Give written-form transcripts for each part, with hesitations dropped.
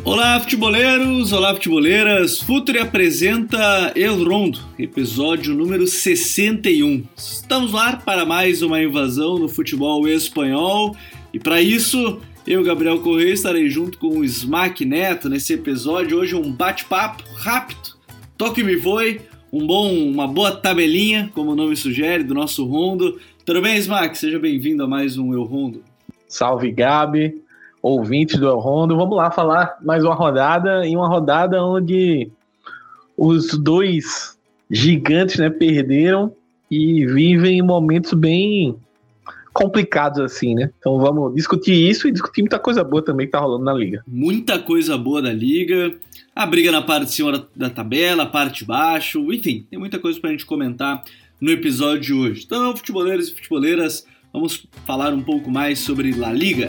Olá, futeboleiros! Olá, futeboleiras! Futuri apresenta El Rondo, episódio número 61. Estamos lá para mais uma invasão no futebol espanhol e para isso, eu, Gabriel Correia, estarei junto com o Smack Neto nesse episódio. Hoje um bate-papo rápido, toque me voe, uma boa tabelinha, como o nome sugere, do nosso Rondo. Tudo bem, Smack? Seja bem-vindo a mais um El Rondo. Salve, Gabi! Ouvintes do El Rondo, vamos lá falar mais uma rodada, e uma rodada onde os dois gigantes, perderam e vivem momentos bem complicados assim, né? Então vamos discutir isso e discutir muita coisa boa também que tá rolando na Liga. Muita coisa boa da Liga, a briga na parte de cima da tabela, a parte de baixo, enfim, tem muita coisa pra gente comentar no episódio de hoje. Então, futeboleiros e futeboleiras, vamos falar um pouco mais sobre La Liga.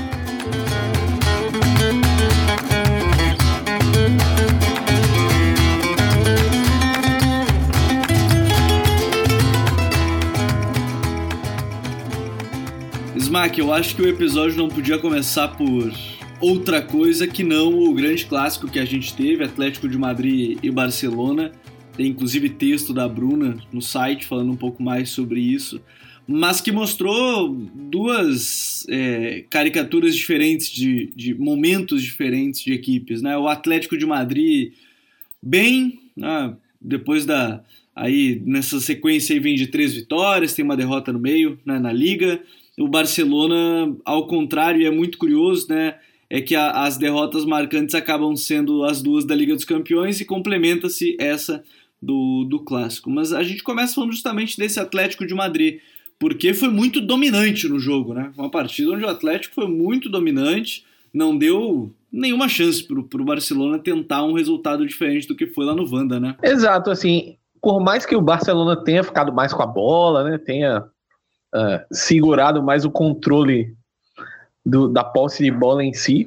Smack, eu acho que o episódio não podia começar por outra coisa que não o grande clássico que a gente teve, Atlético de Madrid e Barcelona. Tem inclusive texto da Bruna no site falando um pouco mais sobre isso, mas que mostrou duas caricaturas diferentes de momentos diferentes de equipes, né? O Atlético de Madrid bem, depois aí nessa sequência aí vem de 3 vitórias, tem uma derrota no meio, né, na Liga. O Barcelona, ao contrário, é muito curioso, né? É que as derrotas marcantes acabam sendo as duas da Liga dos Campeões e complementa-se essa do Clássico. Mas a gente começa falando justamente desse Atlético de Madrid, porque foi muito dominante no jogo, né? Uma partida onde o Atlético foi muito dominante, não deu nenhuma chance pro Barcelona tentar um resultado diferente do que foi lá no Wanda, né? Exato, assim, por mais que o Barcelona tenha ficado mais com a bola, né? Tenha segurado mais o controle da posse de bola em si,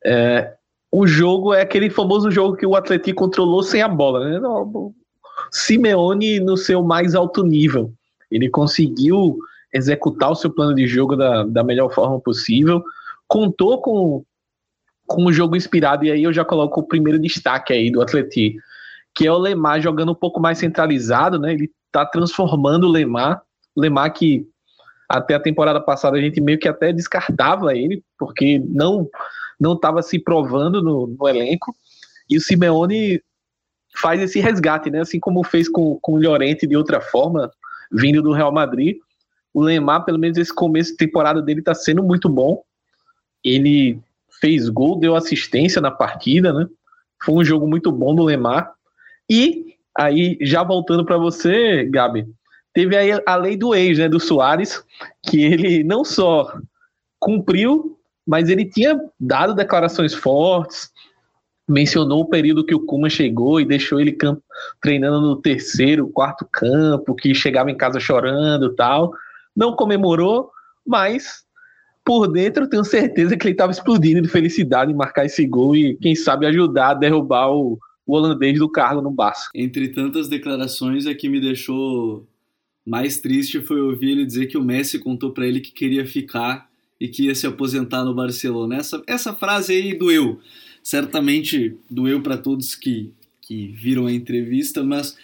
o jogo é aquele famoso jogo que o Atlético controlou sem a bola, né? O Simeone no seu mais alto nível, ele conseguiu executar o seu plano de jogo da melhor forma possível, contou com o jogo inspirado, e aí eu já coloco o primeiro destaque aí do Atlético, que é o Lemar jogando um pouco mais centralizado, né? Ele tá transformando o Lemar que até a temporada passada a gente meio que até descartava ele, porque não estava se provando no elenco, e o Simeone faz esse resgate, né? Assim como fez com o Llorente de outra forma, vindo do Real Madrid. O Lemar, pelo menos esse começo de temporada dele está sendo muito bom, ele fez gol, deu assistência na partida, né? Foi um jogo muito bom do Lemar, e aí já voltando para você, Gabi, teve aí a lei do ex, né, do Suárez, que ele não só cumpriu, mas ele tinha dado declarações fortes, mencionou o período que o Koeman chegou e deixou ele treinando no 3º, 4º campo, que chegava em casa chorando e tal. Não comemorou, mas por dentro eu tenho certeza que ele estava explodindo de felicidade em marcar esse gol e, quem sabe, ajudar a derrubar o holandês do cargo no Barça. Entre tantas declarações, a que me deixou mais triste foi ouvir ele dizer que o Messi contou para ele que queria ficar e que ia se aposentar no Barcelona. Essa frase aí doeu. Certamente doeu para todos que viram a entrevista, mas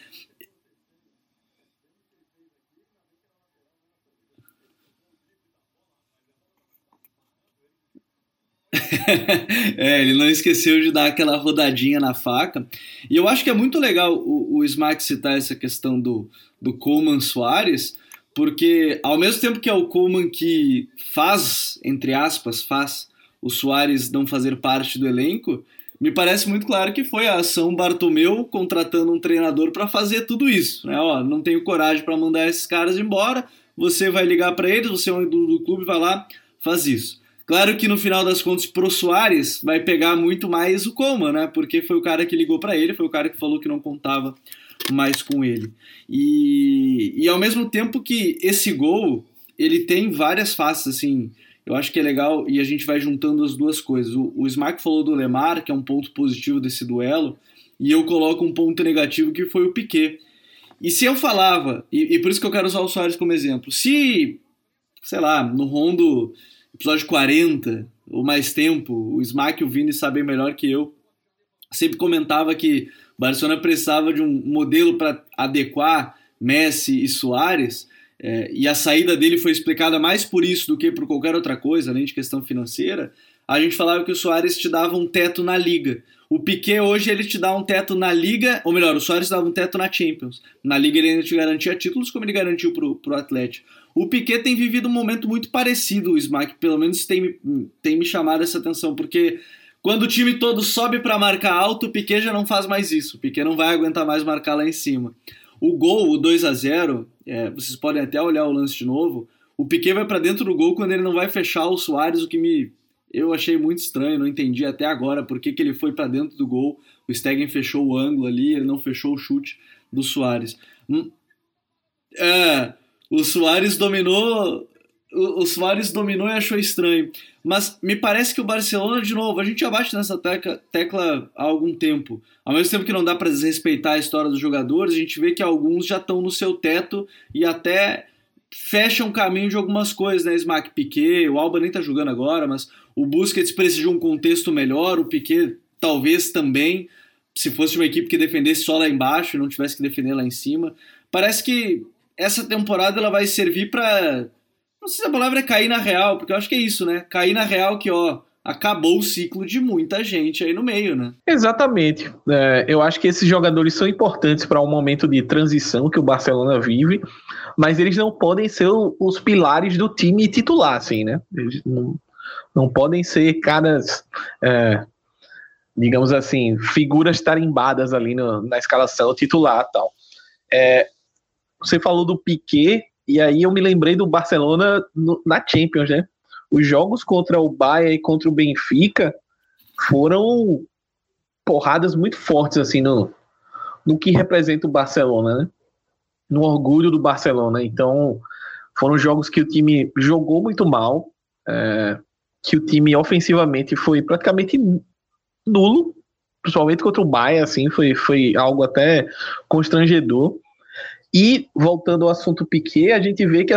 ele não esqueceu de dar aquela rodadinha na faca. E eu acho que é muito legal o Smack citar essa questão do Koeman Suárez, porque ao mesmo tempo que é o Koeman que faz, entre aspas, o Suárez não fazer parte do elenco, me parece muito claro que foi a ação Bartomeu contratando um treinador para fazer tudo isso, né? Não tenho coragem para mandar esses caras embora, você vai ligar para eles, você é um ídolo do clube, vai lá, faz isso. Claro que no final das contas pro Suárez vai pegar muito mais o Koeman, né? Porque foi o cara que ligou para ele, foi o cara que falou que não contava mais com ele. E ao mesmo tempo que esse gol, ele tem várias faces, assim. Eu acho que é legal e a gente vai juntando as duas coisas. O Smack falou do Lemar, que é um ponto positivo desse duelo, e eu coloco um ponto negativo que foi o Piqué. E se eu falava, e por isso que eu quero usar o Suárez como exemplo, se, sei lá, no Rondo episódio 40 ou mais tempo, o Smack e o Vini sabem melhor que eu, sempre comentava que o Barcelona precisava de um modelo para adequar Messi e Suárez, e a saída dele foi explicada mais por isso do que por qualquer outra coisa, além de questão financeira. A gente falava que o Suárez te dava um teto na Liga. O Piqué hoje ele te dá um teto na Liga, ou melhor, o Suárez dava um teto na Champions. Na Liga ele ainda te garantia títulos, como ele garantiu pro Atlético. O Piqué tem vivido um momento muito parecido, o Smack, pelo menos tem me chamado essa atenção, porque quando o time todo sobe para marcar alto, o Piqué já não faz mais isso. O Piqué não vai aguentar mais marcar lá em cima. O gol, o 2-0, vocês podem até olhar o lance de novo, o Piqué vai para dentro do gol quando ele não vai fechar o Suárez, o que eu achei muito estranho, não entendi até agora por que ele foi para dentro do gol. O Stegen fechou o ângulo ali, ele não fechou o chute do Suárez. O Suárez dominou e achou estranho. Mas me parece que o Barcelona, de novo, a gente já bate nessa tecla há algum tempo. Ao mesmo tempo que não dá para desrespeitar a história dos jogadores, a gente vê que alguns já estão no seu teto e até fecham o caminho de algumas coisas, né? Smack, Piqué, o Alba nem tá jogando agora, mas o Busquets precisa de um contexto melhor, o Piqué talvez também, se fosse uma equipe que defendesse só lá embaixo e não tivesse que defender lá em cima. Parece que essa temporada ela vai servir para, não sei se a palavra é cair na real, porque eu acho que é isso, né? Cair na real que, acabou o ciclo de muita gente aí no meio, né? Exatamente. Eu acho que esses jogadores são importantes para um momento de transição que o Barcelona vive, mas eles não podem ser os pilares do time titular, assim, né? Eles não podem ser caras, digamos assim, figuras tarimbadas ali na escalação titular e tal. Você falou do Piqué, e aí eu me lembrei do Barcelona na Champions, né? Os jogos contra o Bayern e contra o Benfica foram porradas muito fortes, assim, no que representa o Barcelona, né? No orgulho do Barcelona. Então, foram jogos que o time jogou muito mal, que o time ofensivamente foi praticamente nulo, principalmente contra o Bayern, assim, foi algo até constrangedor. E, voltando ao assunto Piqué, a gente vê que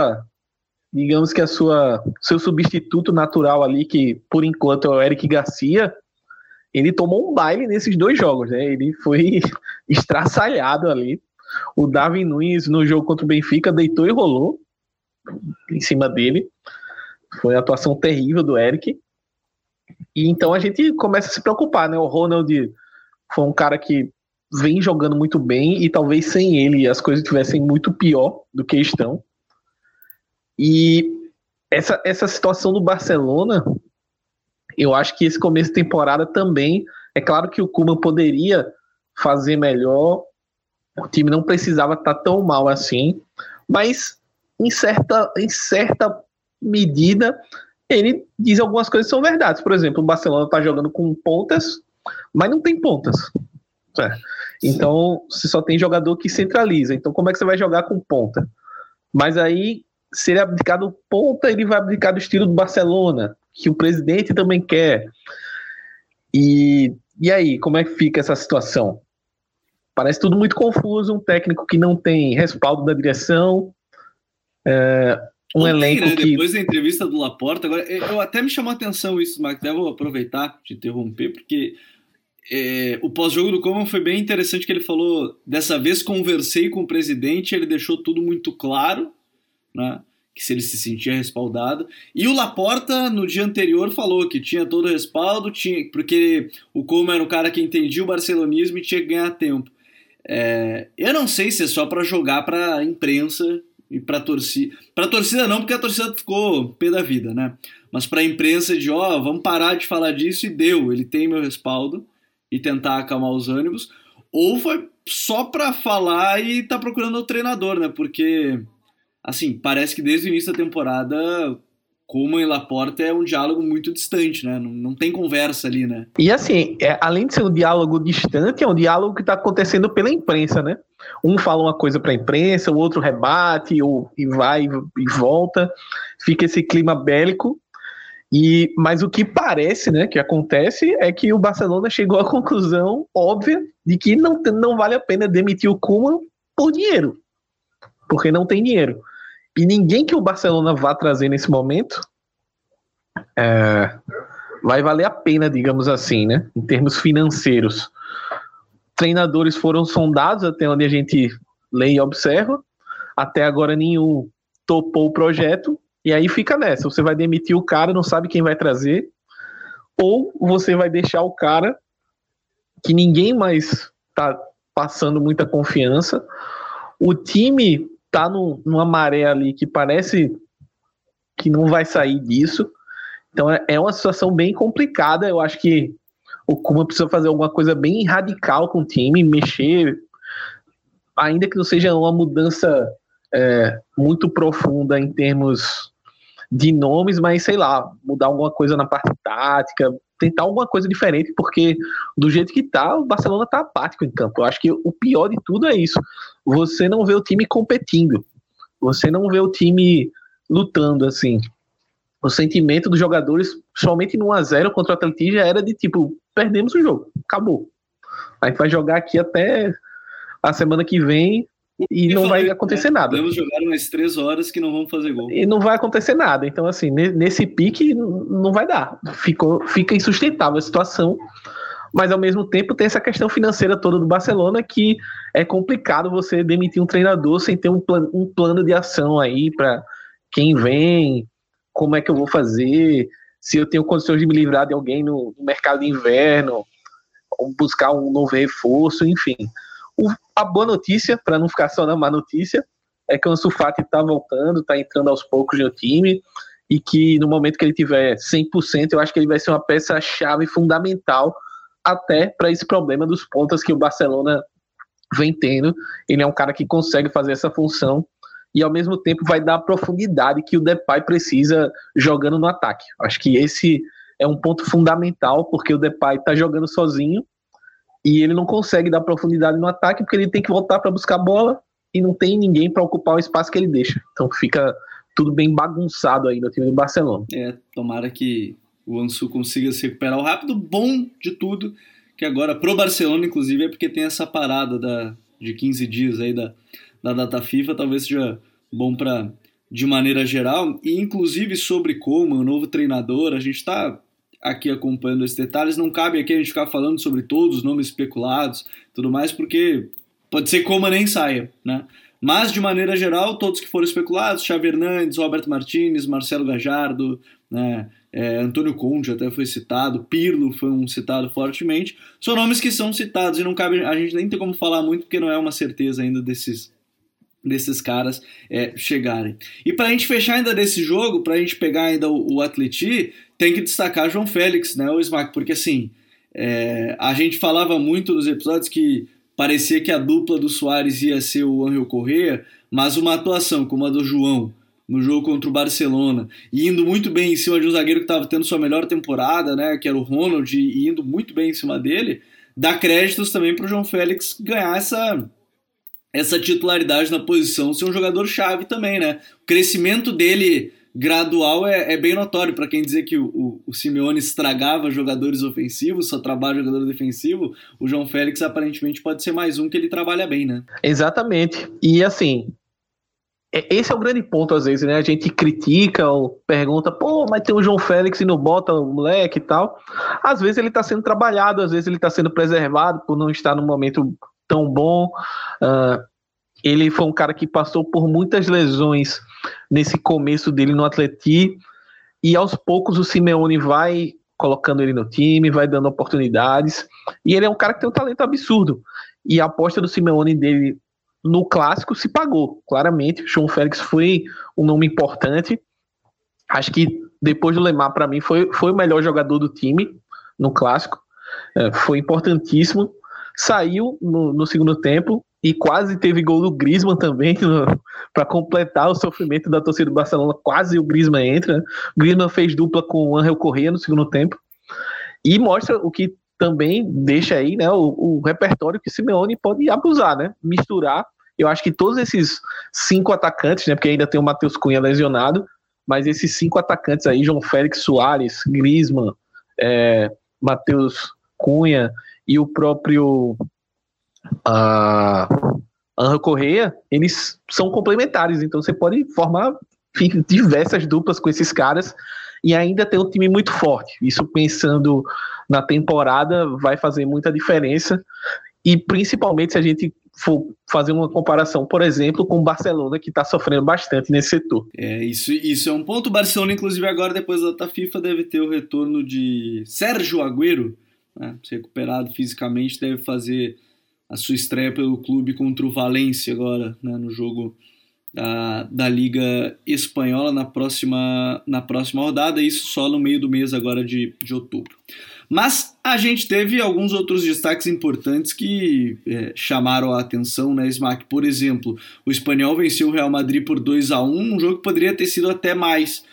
seu substituto natural ali, que por enquanto é o Eric Garcia, ele tomou um baile nesses 2 jogos, né? Ele foi estraçalhado ali. O Darwin Núñez, no jogo contra o Benfica, deitou e rolou em cima dele. Foi uma atuação terrível do Eric. E então a gente começa a se preocupar, né? O Ronald foi um cara que vem jogando muito bem e talvez sem ele as coisas estivessem muito pior do que estão. E essa situação do Barcelona, eu acho que esse começo de temporada também, é claro que o Koeman poderia fazer melhor, o time não precisava estar tão mal assim, mas em certa medida ele diz algumas coisas que são verdades. Por exemplo, o Barcelona está jogando com pontas, mas não tem pontas. Então você só tem jogador que centraliza, então como é que você vai jogar com ponta? Mas aí, se ele abdicar do ponta, ele vai abdicar do estilo do Barcelona, que o presidente também quer. E aí, como é que fica essa situação? Parece tudo muito confuso, um técnico que não tem respaldo da direção, elenco né? que... Depois da entrevista do Laporta, agora, eu até me chamou a atenção isso, mas até vou aproveitar de interromper, porque o pós-jogo do Koeman foi bem interessante, que ele falou, dessa vez conversei com o presidente, ele deixou tudo muito claro, né, que se ele se sentia respaldado, e o Laporta no dia anterior falou que tinha todo o respaldo, porque o Koeman era um cara que entendia o barcelonismo e tinha que ganhar tempo. Eu não sei se é só para jogar para a imprensa e para a torcida. Para a torcida não, porque a torcida ficou pé da vida, né? Mas para a imprensa de, vamos parar de falar disso, e deu, ele tem meu respaldo, e tentar acalmar os ânimos, ou foi só para falar e tá procurando o treinador, né? Porque, assim, parece que desde o início da temporada, Koeman e Laporta é um diálogo muito distante, né? Não tem conversa ali, né? E assim, além de ser um diálogo distante, é um diálogo que tá acontecendo pela imprensa, né? Um fala uma coisa pra imprensa, o outro rebate, e vai e volta, fica esse clima bélico. Mas o que parece, né, que acontece é que o Barcelona chegou à conclusão óbvia de que não vale a pena demitir o Koeman por dinheiro, porque não tem dinheiro. E ninguém que o Barcelona vá trazer nesse momento vai valer a pena, digamos assim, né? Em termos financeiros. Treinadores foram sondados até onde a gente lê e observa. Até agora nenhum topou o projeto. E aí fica nessa. Você vai demitir o cara, não sabe quem vai trazer. Ou você vai deixar o cara que ninguém mais tá passando muita confiança. O time tá numa maré ali que parece que não vai sair disso. Então é uma situação bem complicada. Eu acho que o Koeman precisa fazer alguma coisa bem radical com o time, mexer, ainda que não seja uma mudança muito profunda em termos de nomes, mas sei lá, mudar alguma coisa na parte tática, tentar alguma coisa diferente, porque do jeito que tá, o Barcelona tá apático em campo. Eu acho que o pior de tudo é isso. Você não vê o time competindo, você não vê o time lutando, assim. O sentimento dos jogadores, somente no 1-0 contra o Atlético, já era de tipo, perdemos o jogo, acabou. A gente vai jogar aqui até a semana que vem e não vai acontecer nada. Vamos jogar umas 3 horas que não vamos fazer gol. E não vai acontecer nada. Então, assim, nesse pique não vai dar. Fica insustentável a situação. Mas, ao mesmo tempo, tem essa questão financeira toda do Barcelona, que é complicado você demitir um treinador sem ter um plano de ação aí para quem vem, como é que eu vou fazer, se eu tenho condições de me livrar de alguém no mercado de inverno, ou buscar um novo reforço, enfim. A boa notícia, para não ficar só na má notícia, é que o Ansu Fati está voltando, está entrando aos poucos no time, e que no momento que ele tiver 100%, eu acho que ele vai ser uma peça-chave fundamental até para esse problema dos pontas que o Barcelona vem tendo. Ele é um cara que consegue fazer essa função e ao mesmo tempo vai dar a profundidade que o Depay precisa jogando no ataque. Acho que esse é um ponto fundamental, porque o Depay está jogando sozinho e ele não consegue dar profundidade no ataque porque ele tem que voltar para buscar a bola e não tem ninguém para ocupar o espaço que ele deixa. Então fica tudo bem bagunçado aí no time do Barcelona. Tomara que o Ansu consiga se recuperar o rápido. Bom de tudo, que agora pro Barcelona, inclusive, é porque tem essa parada de 15 dias aí da data FIFA, talvez seja bom para, de maneira geral. E inclusive sobre Koeman, o novo treinador, a gente está aqui acompanhando esses detalhes. Não cabe aqui a gente ficar falando sobre todos os nomes especulados, tudo mais, porque pode ser que Koeman nem saia, né? Mas, de maneira geral, todos que foram especulados, Xavi Hernandes, Roberto Martínez, Marcelo Gallardo, né, Antônio Conte até foi citado, Pirlo foi citado fortemente, são nomes que são citados e não cabe, a gente nem tem como falar muito porque não é uma certeza ainda desses caras chegarem. E para a gente fechar ainda desse jogo, para a gente pegar ainda o Atleti, tem que destacar João Félix, né, o Smack, porque assim, a gente falava muito nos episódios que parecia que a dupla do Suárez ia ser o Ángel Correa, mas uma atuação como a do João no jogo contra o Barcelona, e indo muito bem em cima de um zagueiro que estava tendo sua melhor temporada, né, que era o Ronald, e indo muito bem em cima dele, dá créditos também para o João Félix ganhar essa titularidade na posição, ser um jogador-chave também, né? O crescimento dele gradual é bem notório. Para quem dizer que o Simeone estragava jogadores ofensivos, só trabalha jogador defensivo, o João Félix aparentemente pode ser mais um que ele trabalha bem, né? Exatamente. E assim, esse é o grande ponto às vezes, né? A gente critica ou pergunta, pô, mas tem o João Félix e não bota o moleque e tal. Às vezes ele está sendo trabalhado, às vezes ele está sendo preservado por não estar num momento tão bom. Ele foi um cara que passou por muitas lesões nesse começo dele no Atleti, e aos poucos o Simeone vai colocando ele no time, vai dando oportunidades, e ele é um cara que tem um talento absurdo, e a aposta do Simeone dele no Clássico se pagou, claramente. O João Félix foi um nome importante, acho que depois do Lemar, para mim, foi o melhor jogador do time no Clássico, foi importantíssimo, saiu no segundo tempo, e quase teve gol do Griezmann também, para completar o sofrimento da torcida do Barcelona. Quase o Griezmann entra. O Griezmann fez dupla com o Ángel Correa no segundo tempo. E mostra o que também deixa aí, né, o repertório que Simeone pode abusar, né? Misturar. Eu acho que todos esses 5 atacantes, né, porque ainda tem o Matheus Cunha lesionado, mas esses 5 atacantes aí, João Félix, Suárez, Griezmann, Matheus Cunha e o próprio Ángel Correa, eles são complementares, então você pode formar diversas duplas com esses caras e ainda tem um time muito forte. Isso, pensando na temporada, vai fazer muita diferença, e principalmente se a gente for fazer uma comparação, por exemplo, com o Barcelona, que está sofrendo bastante nesse setor. Isso é um ponto. O Barcelona, inclusive, agora, depois da data FIFA, deve ter o retorno de Sérgio Agüero, né, recuperado fisicamente, deve fazer a sua estreia pelo clube contra o Valência agora, né, no jogo da Liga Espanhola na próxima rodada, isso só no meio do mês agora de outubro. Mas a gente teve alguns outros destaques importantes que chamaram a atenção, né, Smack? Por exemplo, o Espanhol venceu o Real Madrid por 2-1, um jogo que poderia ter sido até mais.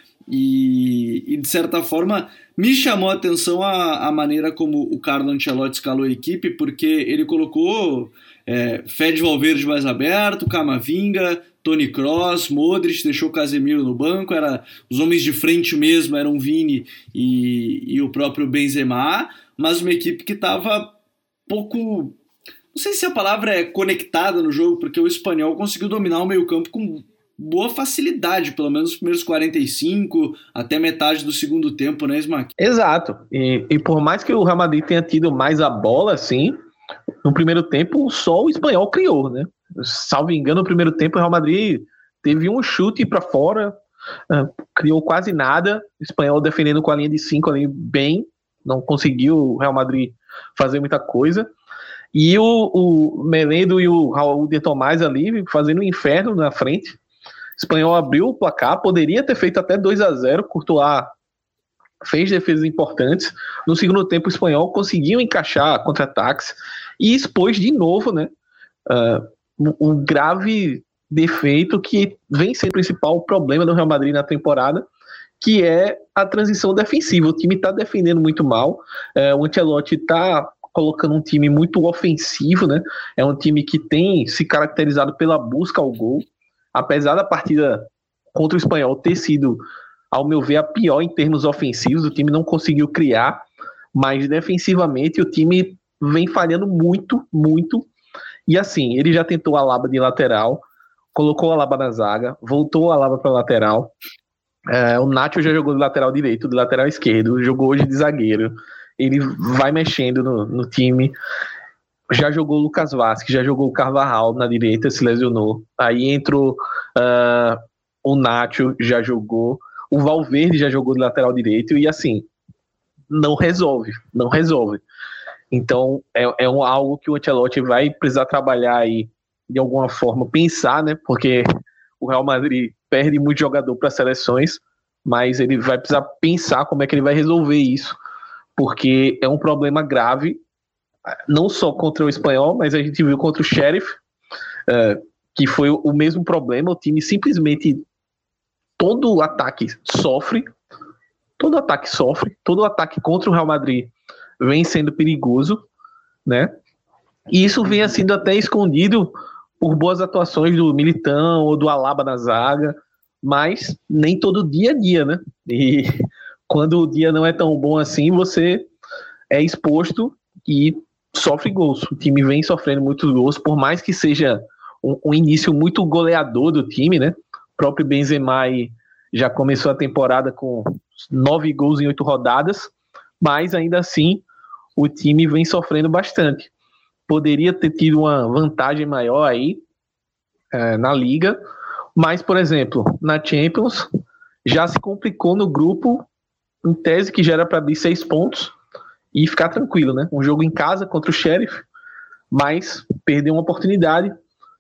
E de certa forma, me chamou a atenção a maneira como o Carlo Ancelotti escalou a equipe, porque ele colocou Fede Valverde mais aberto, Camavinga, Toni Kroos, Modric, deixou o Casemiro no banco, os homens de frente mesmo eram Vini e o próprio Benzema, mas uma equipe que estava pouco, não sei se a palavra é conectada no jogo, porque o Espanhol conseguiu dominar o meio-campo com boa facilidade, pelo menos os primeiros 45 até metade do segundo tempo, né, Smack? Exato, e por mais que o Real Madrid tenha tido mais a bola, assim, no primeiro tempo só o Espanhol criou, né? Salvo engano, no primeiro tempo o Real Madrid teve um chute para fora, criou quase nada, o Espanhol defendendo com a linha de 5 ali bem, não conseguiu o Real Madrid fazer muita coisa, e o Melendo e o Raul de Tomás ali fazendo um inferno na frente. O Espanhol abriu o placar, poderia ter feito até 2-0, Courtois fez defesas importantes. No segundo tempo o Espanhol conseguiu encaixar contra-ataques e expôs de novo, né, um grave defeito que vem sendo o principal problema do Real Madrid na temporada, que é a transição defensiva. O time está defendendo muito mal, o Ancelotti está colocando um time muito ofensivo, né? É um time que tem se caracterizado pela busca ao gol, apesar da partida contra o Espanhol ter sido, ao meu ver, a pior em termos ofensivos. O time não conseguiu criar, mas defensivamente o time vem falhando muito, muito. E assim, ele já tentou a Alaba de lateral, colocou a Alaba na zaga, voltou a Alaba para lateral. O Nacho já jogou de lateral direito, de lateral esquerdo, jogou hoje de zagueiro. Ele vai mexendo no time. Já jogou o Lucas Vázquez, já jogou o Carvajal na direita, se lesionou. Aí entrou o Nacho, já jogou. O Valverde já jogou de lateral direito. E assim, não resolve. Então, algo que o Ancelotti vai precisar trabalhar aí, de alguma forma, pensar, né? Porque o Real Madrid perde muito jogador para seleções, mas ele vai precisar pensar como é que ele vai resolver isso, porque é um problema grave, não só contra o Espanhol, mas a gente viu contra o Sheriff, que foi o mesmo problema. O time simplesmente, todo ataque sofre, todo ataque contra o Real Madrid vem sendo perigoso, né? E isso vem sendo até escondido por boas atuações do Militão ou do Alaba na zaga, mas nem todo dia é dia, né? E quando o dia não é tão bom assim, você é exposto e sofre gols. O time vem sofrendo muitos gols, por mais que seja um início muito goleador do time, né? O próprio Benzema aí já começou a temporada com 9 gols em 8 rodadas, mas ainda assim o time vem sofrendo bastante. Poderia ter tido uma vantagem maior aí na Liga, mas, por exemplo, na Champions já se complicou no grupo, em tese que já era para abrir 6 pontos e ficar tranquilo, né? Um jogo em casa contra o Sheriff, mas perdeu uma oportunidade.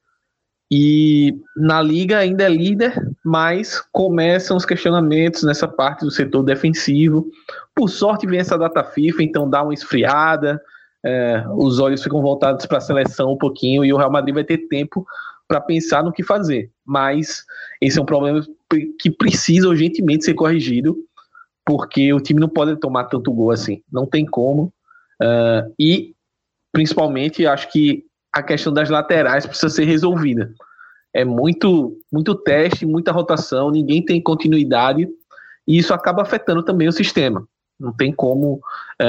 E na Liga ainda é líder, mas começam os questionamentos nessa parte do setor defensivo. Por sorte vem essa data FIFA, então dá uma esfriada, os olhos ficam voltados para a seleção um pouquinho e o Real Madrid vai ter tempo para pensar no que fazer. Mas esse é um problema que precisa urgentemente ser corrigido, porque o time não pode tomar tanto gol assim, não tem como. E principalmente acho que a questão das laterais precisa ser resolvida. É muito teste, muita rotação, ninguém tem continuidade, e isso acaba afetando também o sistema. Não tem como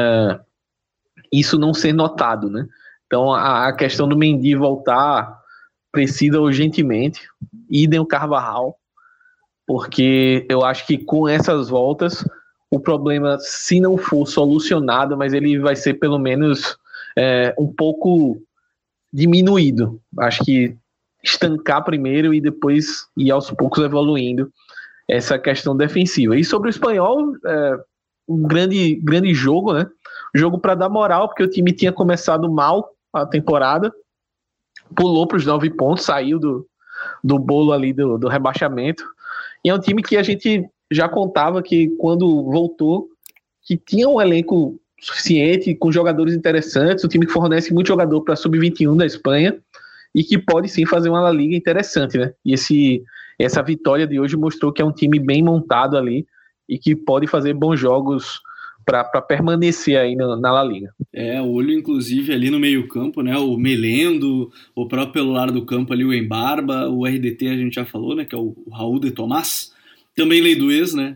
isso não ser notado, né? Então a questão do Mendy voltar precisa urgentemente, idem o Carvajal, porque eu acho que com essas voltas o problema, se não for solucionado, mas ele vai ser pelo menos um pouco diminuído. Acho que estancar primeiro e depois ir aos poucos evoluindo essa questão defensiva. E sobre o Espanhol, um grande jogo, né? Jogo para dar moral, porque o time tinha começado mal a temporada, pulou para os 9 pontos, saiu do bolo ali do rebaixamento. E é um time que a gente já contava que quando voltou, que tinha um elenco suficiente, com jogadores interessantes, um time que fornece muito jogador para sub-21 da Espanha, e que pode sim fazer uma La Liga interessante, né? E essa vitória de hoje mostrou que é um time bem montado ali e que pode fazer bons jogos para permanecer aí na La Liga. Olho inclusive ali no meio campo, né? O Melendo, o próprio pelo lado do campo ali, o Embarba, o RDT a gente já falou, né? Que é o Raul de Tomás. Também lei do ex, né?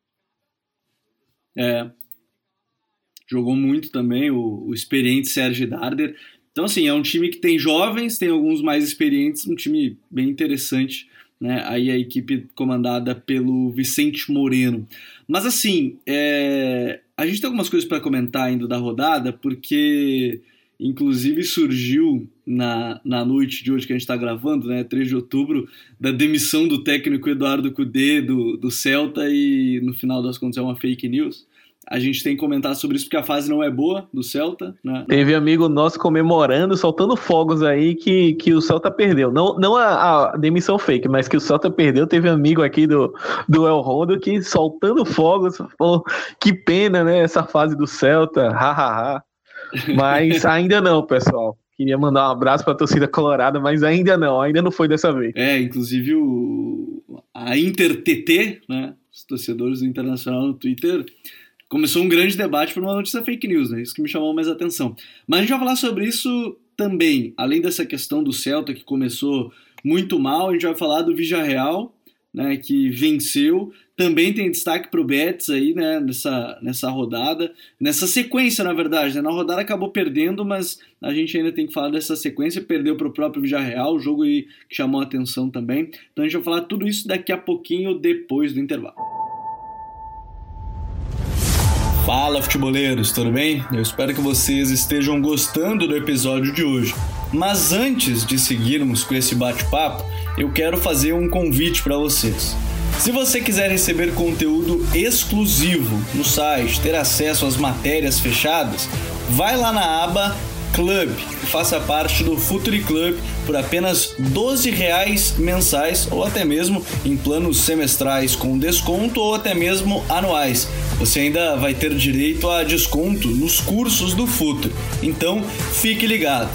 Jogou muito também o experiente Sérgio Darder. Então, assim, é um time que tem jovens, tem alguns mais experientes, um time bem interessante, né? Aí a equipe comandada pelo Vicente Moreno. Mas, assim, a gente tem algumas coisas para comentar ainda da rodada, porque, inclusive, surgiu na noite de hoje que a gente está gravando, né, 3 de outubro, da demissão do técnico Eduardo Cudê do Celta, e, no final das contas, é uma fake news. A gente tem que comentar sobre isso porque a fase não é boa do Celta, né? Teve amigo nosso comemorando, soltando fogos aí que o Celta perdeu. Não a demissão fake, mas que o Celta perdeu. Teve amigo aqui do El Rondo que soltando fogos, falou que pena, né, essa fase do Celta, hahaha. Mas ainda não, pessoal. Queria mandar um abraço para a torcida colorada, mas ainda não foi dessa vez. Inclusive a Inter TT, né, os torcedores do Internacional no Twitter, começou um grande debate por uma notícia fake news, né? Isso que me chamou mais atenção. Mas a gente vai falar sobre isso também. Além dessa questão do Celta, que começou muito mal, a gente vai falar do Villarreal, né, que venceu. Também tem destaque para o Betis aí, né, nessa rodada. Nessa sequência, na verdade. Né? Na rodada acabou perdendo, mas a gente ainda tem que falar dessa sequência. Perdeu para o próprio Villarreal, o jogo aí que chamou a atenção também. Então a gente vai falar tudo isso daqui a pouquinho, depois do intervalo. Fala, futeboleiros, tudo bem? Eu espero que vocês estejam gostando do episódio de hoje. Mas antes de seguirmos com esse bate-papo, eu quero fazer um convite para vocês. Se você quiser receber conteúdo exclusivo no site, ter acesso às matérias fechadas, vai lá na aba Club e faça parte do Futuri Club por apenas R$12 mensais, ou até mesmo em planos semestrais com desconto, ou até mesmo anuais. Você ainda vai ter direito a desconto nos cursos do Futuri, então fique ligado.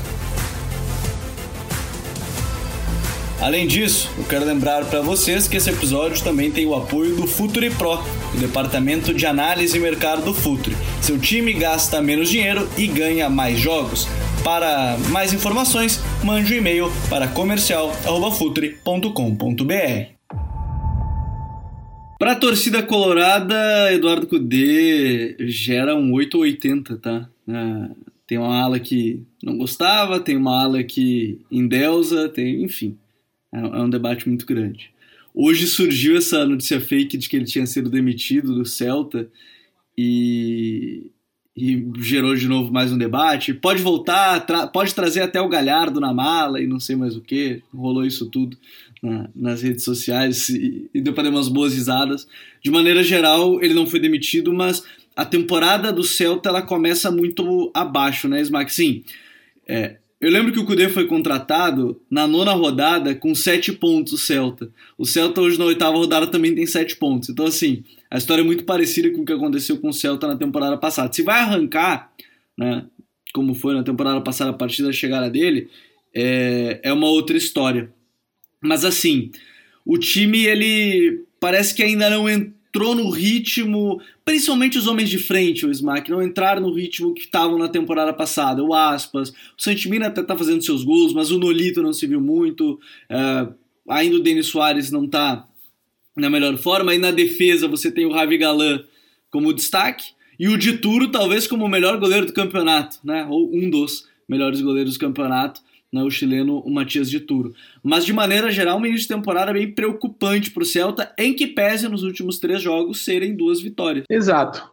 Além disso, eu quero lembrar para vocês que esse episódio também tem o apoio do Futuri Pro, o departamento de análise e mercado do Futuri. Seu time gasta menos dinheiro e ganha mais jogos. Para mais informações, mande um e-mail para comercial@futuri.com.br. Para a torcida colorada, Eduardo Cudê gera um 880, tá? Tem uma ala que não gostava, tem uma ala que endeusa, enfim. É um debate muito grande. Hoje surgiu essa notícia fake de que ele tinha sido demitido do Celta e gerou de novo mais um debate. Pode voltar, pode trazer até o Galhardo na mala e não sei mais o que. Rolou isso tudo nas redes sociais e deu para dar umas boas risadas. De maneira geral, ele não foi demitido, mas a temporada do Celta ela começa muito abaixo, né, Smack? Sim, eu lembro que o Cudê foi contratado na 9ª rodada com 7 pontos o Celta. O Celta hoje na 8ª rodada também tem 7 pontos. Então, assim, a história é muito parecida com o que aconteceu com o Celta na temporada passada. Se vai arrancar, né, como foi na temporada passada a partir da chegada dele, é uma outra história. Mas, assim, o time, ele parece que ainda não entrou no ritmo, principalmente os homens de frente, o Smack, não entraram no ritmo que estavam na temporada passada. O Aspas, o Santimina até tá fazendo seus gols, mas o Nolito não se viu muito, ainda o Denis Soares não tá na melhor forma, e na defesa você tem o Ravi Galan como destaque, e o Dituro talvez como o melhor goleiro do campeonato, né? Ou um dos melhores goleiros do campeonato, né, o chileno, o Matias de Turo. Mas, de maneira geral, um início de temporada bem preocupante para o Celta, em que pese nos últimos 3 jogos serem 2 vitórias. Exato.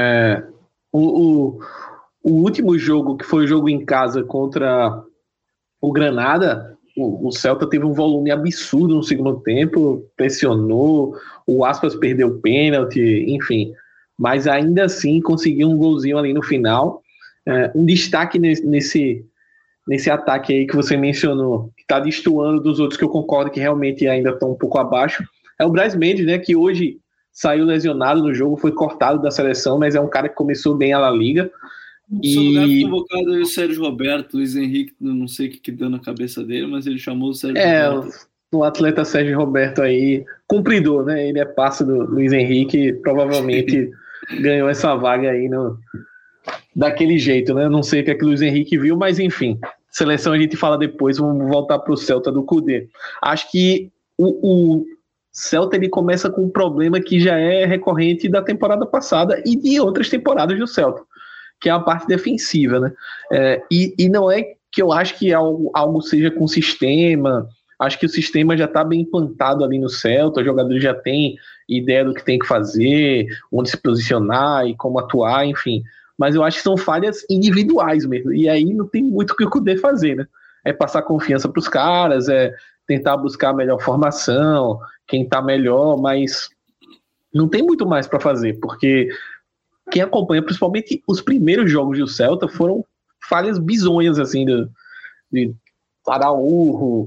O último jogo, que foi o jogo em casa contra o Granada, o Celta teve um volume absurdo no segundo tempo, pressionou, o Aspas perdeu o pênalti, enfim. Mas ainda assim conseguiu um golzinho ali no final. Um destaque nesse ataque aí que você mencionou, que está destoando dos outros, que eu concordo que realmente ainda estão um pouco abaixo, é o Braz Mendes, né, que hoje saiu lesionado no jogo, foi cortado da seleção, mas é um cara que começou bem a La Liga. No seu lugar foi convocado o Sérgio Roberto, Luiz Henrique, não sei o que deu na cabeça dele, mas ele chamou o Sérgio Roberto. O atleta Sérgio Roberto aí, cumpridor, né, ele é passe do Luiz Henrique, provavelmente ganhou essa vaga aí daquele jeito, né? Não sei o que é que o Luiz Henrique viu, mas enfim, seleção a gente fala depois, vamos voltar para o Celta do Kudê. Acho que o Celta ele começa com um problema que já é recorrente da temporada passada e de outras temporadas do Celta, que é a parte defensiva, né? E não é que eu acho que algo seja com sistema, acho que o sistema já está bem implantado ali no Celta, os jogadores já têm ideia do que tem que fazer, onde se posicionar e como atuar, enfim. Mas eu acho que são falhas individuais mesmo, e aí não tem muito o que o Kudê fazer, né? É passar confiança para os caras, tentar buscar a melhor formação, quem está melhor, mas não tem muito mais para fazer, porque quem acompanha, principalmente os primeiros jogos do Celta, foram falhas bizonhas, assim, de Araújo,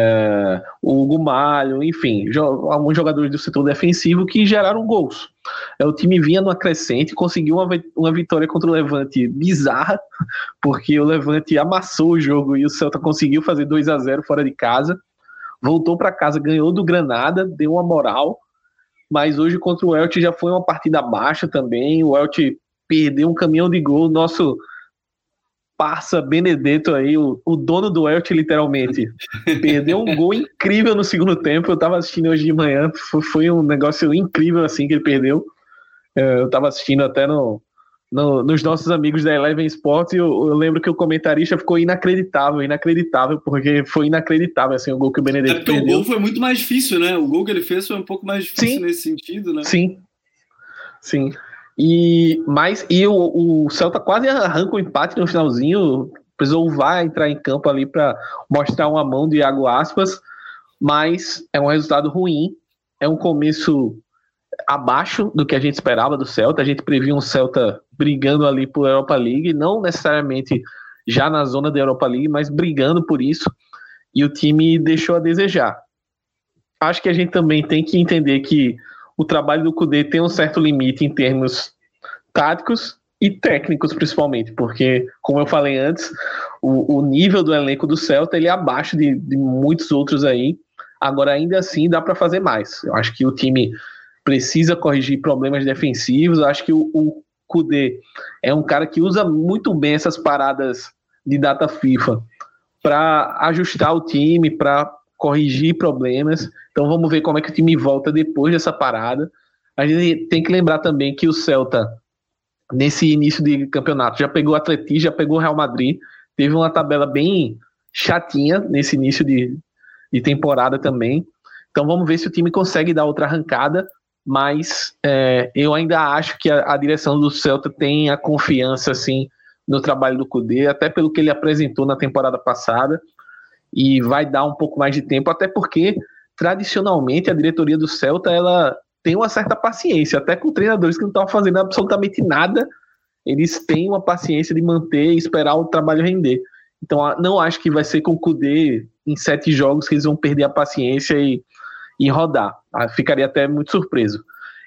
o Hugo Malho, enfim, alguns jogadores do setor defensivo que geraram gols. O time vinha numa crescente, conseguiu uma vitória contra o Levante bizarra, porque o Levante amassou o jogo e o Celta conseguiu fazer 2-0 fora de casa, voltou para casa, ganhou do Granada, deu uma moral, mas hoje contra o Elche já foi uma partida baixa também, o Elche perdeu um caminhão de gol, nosso parça Benedetto aí, o dono do Elche literalmente, perdeu um gol incrível no segundo tempo, eu tava assistindo hoje de manhã, foi um negócio incrível assim que ele perdeu, eu tava assistindo até nos nossos amigos da Eleven Sports, e eu lembro que o comentarista ficou inacreditável, porque foi inacreditável assim, o gol que o Benedetto perdeu. O gol foi muito mais difícil, né? O gol que ele fez foi um pouco mais difícil nesse sentido, né? Sim. E o Celta quase arranca o empate no finalzinho, precisou o VAR entrar em campo ali para mostrar uma mão do Iago Aspas, mas é um resultado ruim, é um começo abaixo do que a gente esperava do Celta. A gente previa um Celta brigando ali por Europa League, não necessariamente já na zona da Europa League, mas brigando por isso, e o time deixou a desejar. Acho que a gente também tem que entender que o trabalho do Kudê tem um certo limite em termos táticos e técnicos, principalmente, porque, como eu falei antes, o nível do elenco do Celta ele é abaixo de muitos outros aí. Agora, ainda assim, dá para fazer mais. Eu acho que o time precisa corrigir problemas defensivos. Eu acho que o Kudê é um cara que usa muito bem essas paradas de data FIFA para ajustar o time, para corrigir problemas. Então vamos ver como é que o time volta depois dessa parada. A gente tem que lembrar também que o Celta, nesse início de campeonato, já pegou o Atleti, já pegou o Real Madrid, teve uma tabela bem chatinha nesse início de temporada também. Então vamos ver se o time consegue dar outra arrancada, mas eu ainda acho que a direção do Celta tem a confiança assim, no trabalho do Kudê, até pelo que ele apresentou na temporada passada, e vai dar um pouco mais de tempo, até porque tradicionalmente a diretoria do Celta ela tem uma certa paciência, até com treinadores que não estão fazendo absolutamente nada, eles têm uma paciência de manter e esperar o trabalho render. Então não acho que vai ser com o Kudê em 7 jogos que eles vão perder a paciência e rodar. Ficaria até muito surpreso.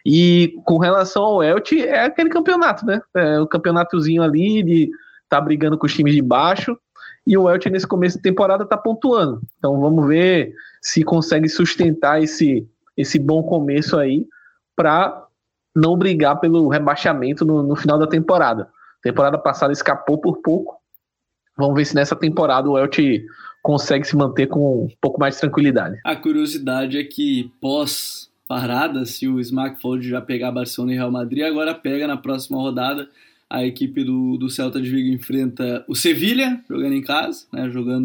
E com relação ao Elche, é aquele campeonato, né? É o campeonatozinho ali de tá brigando com os times de baixo, e o Elche nesse começo de temporada tá pontuando. Então vamos ver se consegue sustentar esse bom começo aí para não brigar pelo rebaixamento no final da temporada. Temporada passada escapou por pouco. Vamos ver se nessa temporada o Elche consegue se manter com um pouco mais de tranquilidade. A curiosidade é que pós-parada, se o Smackfold já pegar Barcelona e Real Madrid, agora pega na próxima rodada. A equipe do Celta de Vigo enfrenta o Sevilla, jogando em casa, né, jogando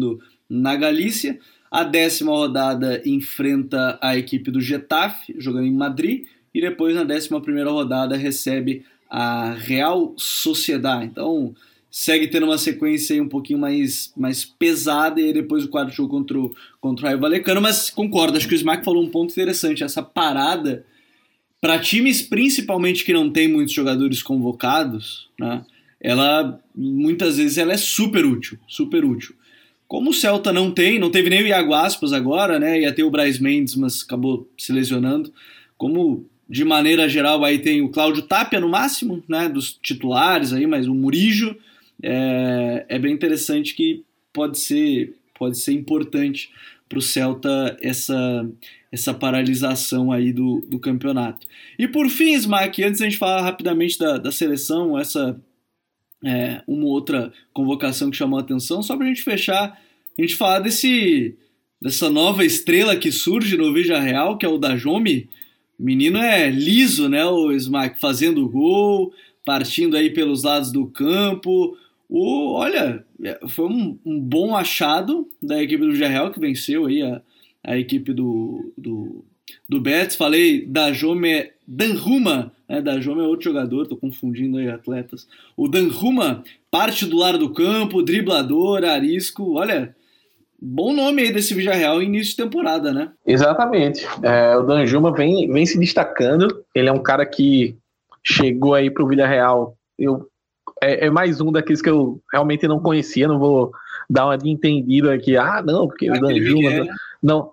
na Galícia. A 10ª rodada enfrenta a equipe do Getafe, jogando em Madrid, e depois na 11ª rodada recebe a Real Sociedad. Então segue tendo uma sequência aí um pouquinho mais pesada, e aí depois o quarto jogo contra o Rayo Vallecano. Mas concordo, acho que o Smack falou um ponto interessante, essa parada para times principalmente que não tem muitos jogadores convocados, né, ela muitas vezes ela é super útil. Como o Celta não teve nem o Iago Aspas agora, né, ia ter o Brais Mendes, mas acabou se lesionando. Como de maneira geral aí tem o Cláudio Tapia no máximo, né, dos titulares aí, mas o Murillo é bem interessante, que pode ser importante para o Celta essa paralisação aí do campeonato. E por fim, Smack, antes a gente falar rapidamente da seleção, uma outra convocação que chamou a atenção, só para a gente fechar, a gente falar dessa nova estrela que surge no Villarreal, que é o Dajome. O menino é liso, né, o Smack, fazendo gol, partindo aí pelos lados do campo. Olha, foi um bom achado da equipe do Villarreal, que venceu aí a equipe do Betis. Falei Danjuma, né? Danjuma é outro jogador, tô confundindo aí atletas. O Danjuma parte do lado do campo, driblador, arisco. Olha, bom nome aí desse Villarreal em início de temporada, né? Exatamente. O Danjuma vem se destacando. Ele é um cara que chegou aí pro Villarreal. É mais um daqueles que eu realmente não conhecia, não vou dar uma de entendido aqui. Não, porque o Danjuma... Não,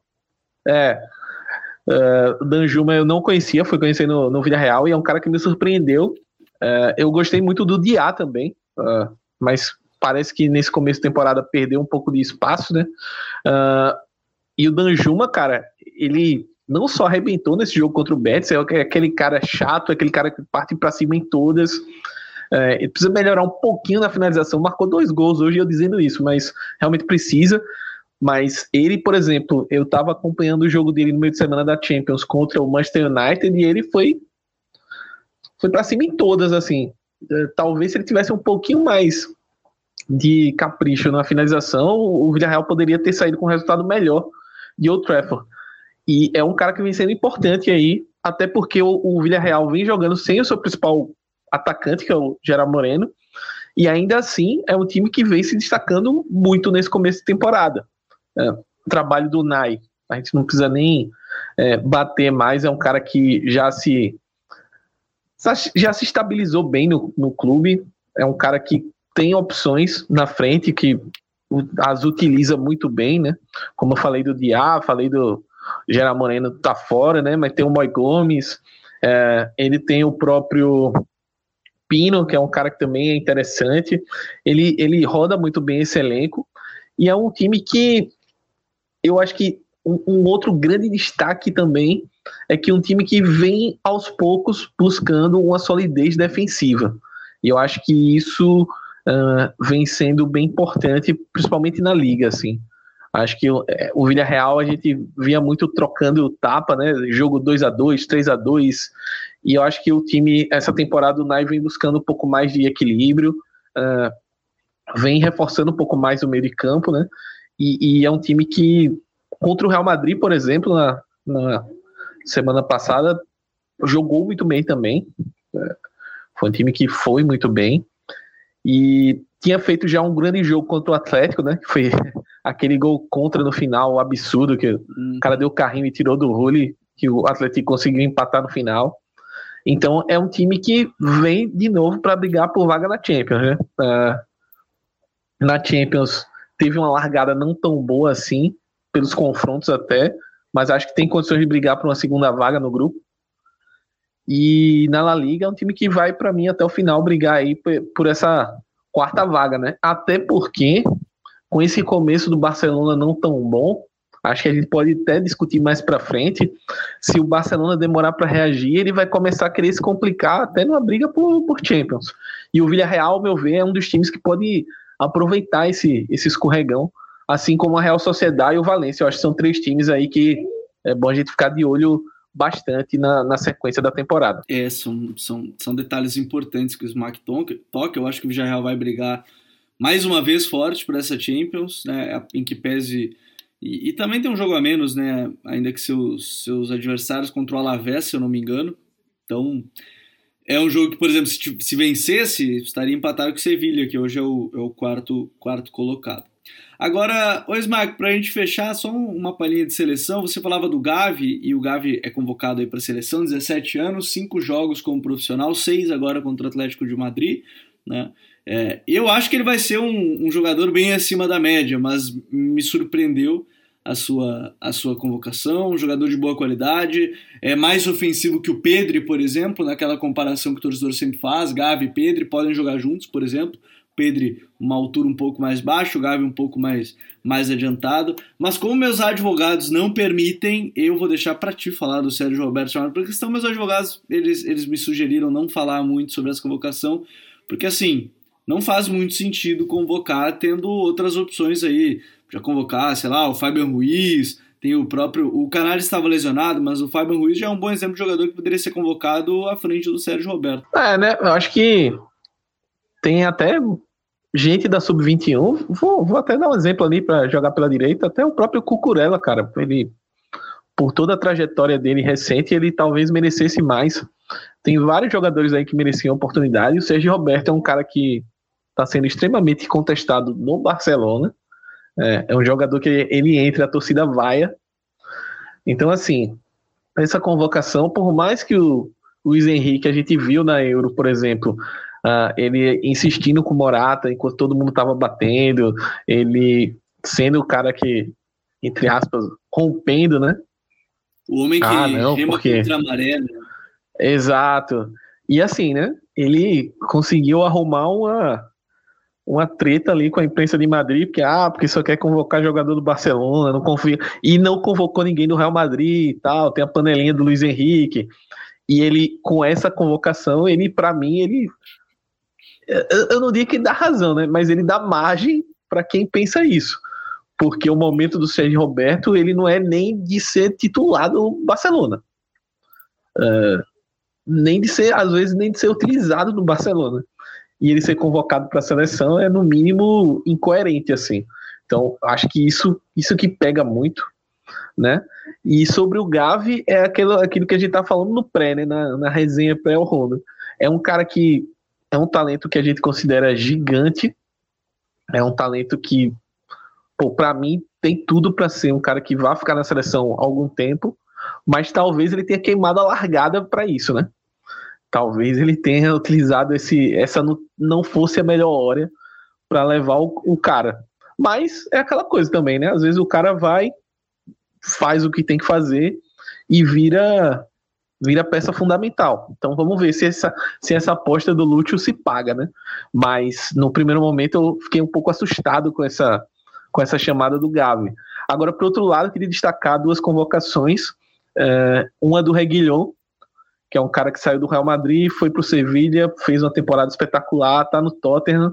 o Danjuma eu não conhecia, fui conhecer no Villarreal, e é um cara que me surpreendeu. Eu gostei muito do Diá também, mas parece que nesse começo de temporada perdeu um pouco de espaço, né? E o Danjuma, cara, ele não só arrebentou nesse jogo contra o Betis, é aquele cara chato, aquele cara que parte pra cima em todas. Ele precisa melhorar um pouquinho na finalização. Marcou 2 gols hoje, eu dizendo isso, mas realmente precisa. Mas ele, por exemplo, eu estava acompanhando o jogo dele no meio de semana da Champions contra o Manchester United, e ele foi pra cima em todas, assim. Talvez se ele tivesse um pouquinho mais de capricho na finalização, o Villarreal poderia ter saído com um resultado melhor de Old Trafford. E é um cara que vem sendo importante aí, até porque o Villarreal vem jogando sem o seu principal atacante, que é o Gerard Moreno, e ainda assim é um time que vem se destacando muito nesse começo de temporada. O trabalho do Nai, a gente não precisa nem bater mais, é um cara que já se estabilizou bem no clube, é um cara que tem opções na frente, que as utiliza muito bem, né? Como eu falei do Diá, falei do Gerard Moreno, tá fora, né? Mas tem o Moi Gomes, ele tem o próprio Pino, que é um cara que também é interessante. Ele roda muito bem esse elenco, e é um time que eu acho que um outro grande destaque também é que um time que vem aos poucos buscando uma solidez defensiva, e eu acho que isso vem sendo bem importante, principalmente na Liga, assim. Acho que o Villarreal a gente via muito trocando tapa, né? Jogo 2-2, 3-2, e eu acho que o time, essa temporada, o Nai vem buscando um pouco mais de equilíbrio, vem reforçando um pouco mais o meio de campo, né? E é um time que, contra o Real Madrid, por exemplo, na semana passada, jogou muito bem também. Foi um time que foi muito bem, e tinha feito já um grande jogo contra o Atlético, né? Que foi aquele gol contra no final, absurdo, que o cara deu o carrinho e tirou do role, que o Atlético conseguiu empatar no final. Então é um time que vem de novo para brigar por vaga na Champions, né? Na Champions teve uma largada não tão boa assim, pelos confrontos até, mas acho que tem condições de brigar por uma segunda vaga no grupo. E na La Liga é um time que vai, para mim, até o final brigar aí por essa quarta vaga, né? Até porque, com esse começo do Barcelona não tão bom, acho que a gente pode até discutir mais para frente, se o Barcelona demorar para reagir, ele vai começar a querer se complicar até numa briga por Champions. E o Villarreal, ao meu ver, é um dos times que pode aproveitar esse escorregão, assim como a Real Sociedad e o Valência. Eu acho que são 3 times aí que é bom a gente ficar de olho bastante na sequência da temporada. São detalhes importantes que o Smack toca. Eu acho que o Villarreal vai brigar mais uma vez forte para essa Champions, né, em que pese... E também tem um jogo a menos, né, ainda que seus adversários contra o Alavés, se eu não me engano. Então, é um jogo que, por exemplo, se vencesse, estaria empatado com o Sevilha, que hoje é o quarto colocado. Agora, Smack, para a gente fechar, só uma palhinha de seleção. Você falava do Gavi, e o Gavi é convocado aí para a seleção, 17 anos, 5 jogos como profissional, 6 agora contra o Atlético de Madrid, né? Eu acho que ele vai ser um jogador bem acima da média, mas me surpreendeu a sua convocação, um jogador de boa qualidade, é mais ofensivo que o Pedri, por exemplo, naquela comparação que o torcedor sempre faz, Gavi e Pedri podem jogar juntos, por exemplo, Pedri uma altura um pouco mais baixa, o Gavi um pouco mais adiantado, mas como meus advogados não permitem, eu vou deixar para ti falar do Sérgio Roberto, porque estão meus advogados, eles me sugeriram não falar muito sobre essa convocação, porque assim, não faz muito sentido convocar tendo outras opções aí, já convocar, sei lá, o Fabian Ruiz, tem o Canales estava lesionado, mas o Fabian Ruiz já é um bom exemplo de jogador que poderia ser convocado à frente do Sérgio Roberto. Né, eu acho que tem até gente da Sub-21, vou até dar um exemplo ali para jogar pela direita, até o próprio Cucurella, cara, ele, por toda a trajetória dele recente, ele talvez merecesse mais. Tem vários jogadores aí que mereciam oportunidade, e o Sérgio Roberto é um cara que está sendo extremamente contestado no Barcelona, é um jogador que ele entra, a torcida vaia. Então, assim, essa convocação, por mais que o Luiz Henrique, a gente viu na Euro, por exemplo, ele insistindo com o Morata enquanto todo mundo estava batendo, ele sendo o cara que, entre aspas, rompendo, né? O homem que rema contra a maré, né? Exato. E assim, né? Ele conseguiu arrumar uma treta ali com a imprensa de Madrid, porque só quer convocar jogador do Barcelona, não confia, e não convocou ninguém do Real Madrid e tal, tem a panelinha do Luiz Henrique, e ele, com essa convocação, ele, pra mim, eu não digo que dá razão, né, mas ele dá margem para quem pensa isso, porque o momento do Sérgio Roberto, ele não é nem de ser titular do Barcelona, nem de ser, às vezes, nem de ser utilizado no Barcelona. E ele ser convocado para a seleção é, no mínimo, incoerente, assim. Então, acho que isso que pega muito, né? E sobre o Gavi, é aquilo que a gente tá falando no pré, né? Na resenha pré-Ronda. É um cara que é um talento que a gente considera gigante, é um talento que, para mim, tem tudo para ser um cara que vai ficar na seleção há algum tempo, mas talvez ele tenha queimado a largada para isso, né? Talvez ele tenha utilizado essa não fosse a melhor hora para levar o cara. Mas é aquela coisa também, né? Às vezes o cara vai, faz o que tem que fazer e vira peça fundamental. Então vamos ver se essa aposta do Lúcio se paga, né? Mas no primeiro momento eu fiquei um pouco assustado com essa chamada do Gavi. Agora, por outro lado, eu queria destacar 2 convocações. Uma do Reguilhon, que é um cara que saiu do Real Madrid, foi pro Sevilha, fez uma temporada espetacular, tá no Tottenham,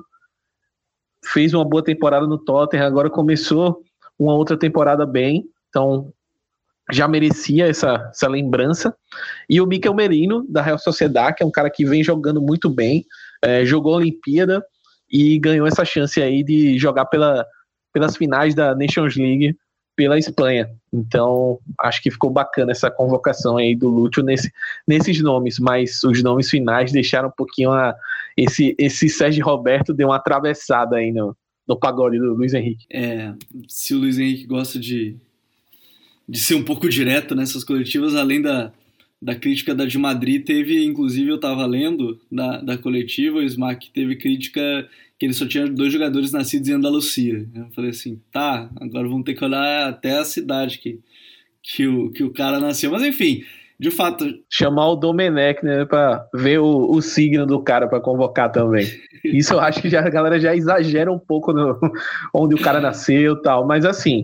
fez uma boa temporada no Tottenham, agora começou uma outra temporada bem, então já merecia essa lembrança. E o Mikel Merino, da Real Sociedad, que é um cara que vem jogando muito bem, jogou a Olimpíada e ganhou essa chance aí de jogar pelas finais da Nations League pela Espanha. Então, acho que ficou bacana essa convocação aí do Lúcio nesses nomes, mas os nomes finais deixaram um pouquinho esse Sérgio Roberto deu uma atravessada aí no pagode do Luiz Henrique. Se o Luiz Henrique gosta de ser um pouco direto nessas coletivas, além da crítica da de Madrid, teve, inclusive eu estava lendo da coletiva, o Smack teve crítica que ele só tinha 2 jogadores nascidos em Andalucia. Eu falei assim, tá, agora vamos ter que olhar até a cidade que o cara nasceu. Mas enfim, de fato... Chamar o Domenech, né, pra ver o signo do cara para convocar também. Isso eu acho que a galera já exagera um pouco onde o cara nasceu e tal. Mas assim,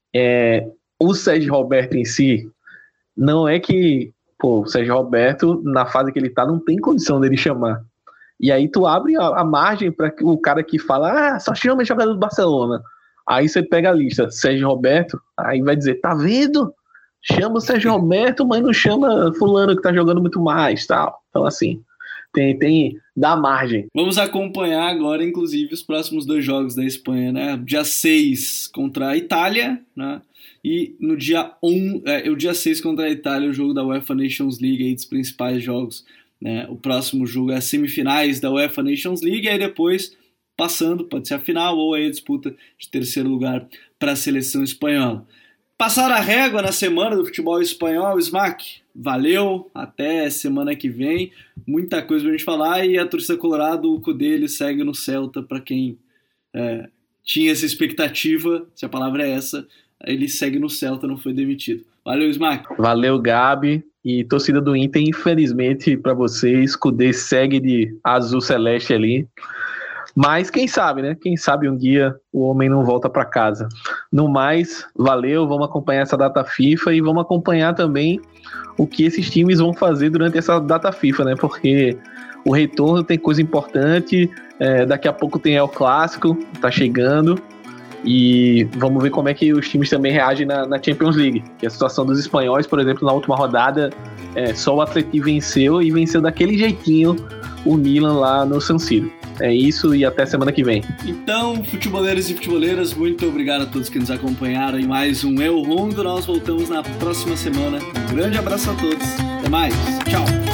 o Sérgio Roberto em si, não é que... o Sérgio Roberto, na fase que ele tá, não tem condição dele chamar. E aí tu abre a margem para o cara que fala, só chama jogador do Barcelona. Aí você pega a lista, Sérgio Roberto, aí vai dizer, tá vendo? Chama o Sérgio Roberto, mas não chama fulano que tá jogando muito mais, tal. Então assim, dá margem. Vamos acompanhar agora, inclusive, os próximos 2 jogos da Espanha, né? Dia 6 contra a Itália, né? E no dia 6 contra a Itália, o jogo da UEFA Nations League, aí dos principais jogos, né? O próximo jogo é as semifinais da UEFA Nations League, e aí depois, passando, pode ser a final ou aí a disputa de terceiro lugar para a seleção espanhola. Passar a régua na semana do futebol espanhol, Smack. Valeu, até semana que vem. Muita coisa pra gente falar, e a torcida colorado, o Kudê, ele segue no Celta, para quem tinha essa expectativa, se a palavra é essa, ele segue no Celta, não foi demitido. Valeu, Smack. Valeu, Gabi. E torcida do Inter, infelizmente para vocês, Kudê segue de azul celeste ali. Mas quem sabe, né? Quem sabe um dia o homem não volta para casa. No mais, valeu, vamos acompanhar essa data FIFA e vamos acompanhar também o que esses times vão fazer durante essa data FIFA, né? Porque o retorno tem coisa importante, daqui a pouco tem El Clássico, tá chegando, e vamos ver como é que os times também reagem na Champions League. Que a situação dos espanhóis, por exemplo, na última rodada, só o Atleti venceu, e venceu daquele jeitinho o Milan lá no San Siro. É isso, e até semana que vem. Então, futeboleiros e futeboleiras, muito obrigado a todos que nos acompanharam em mais um El Rondo. Nós voltamos na próxima semana. Um grande abraço a todos. Até mais. Tchau.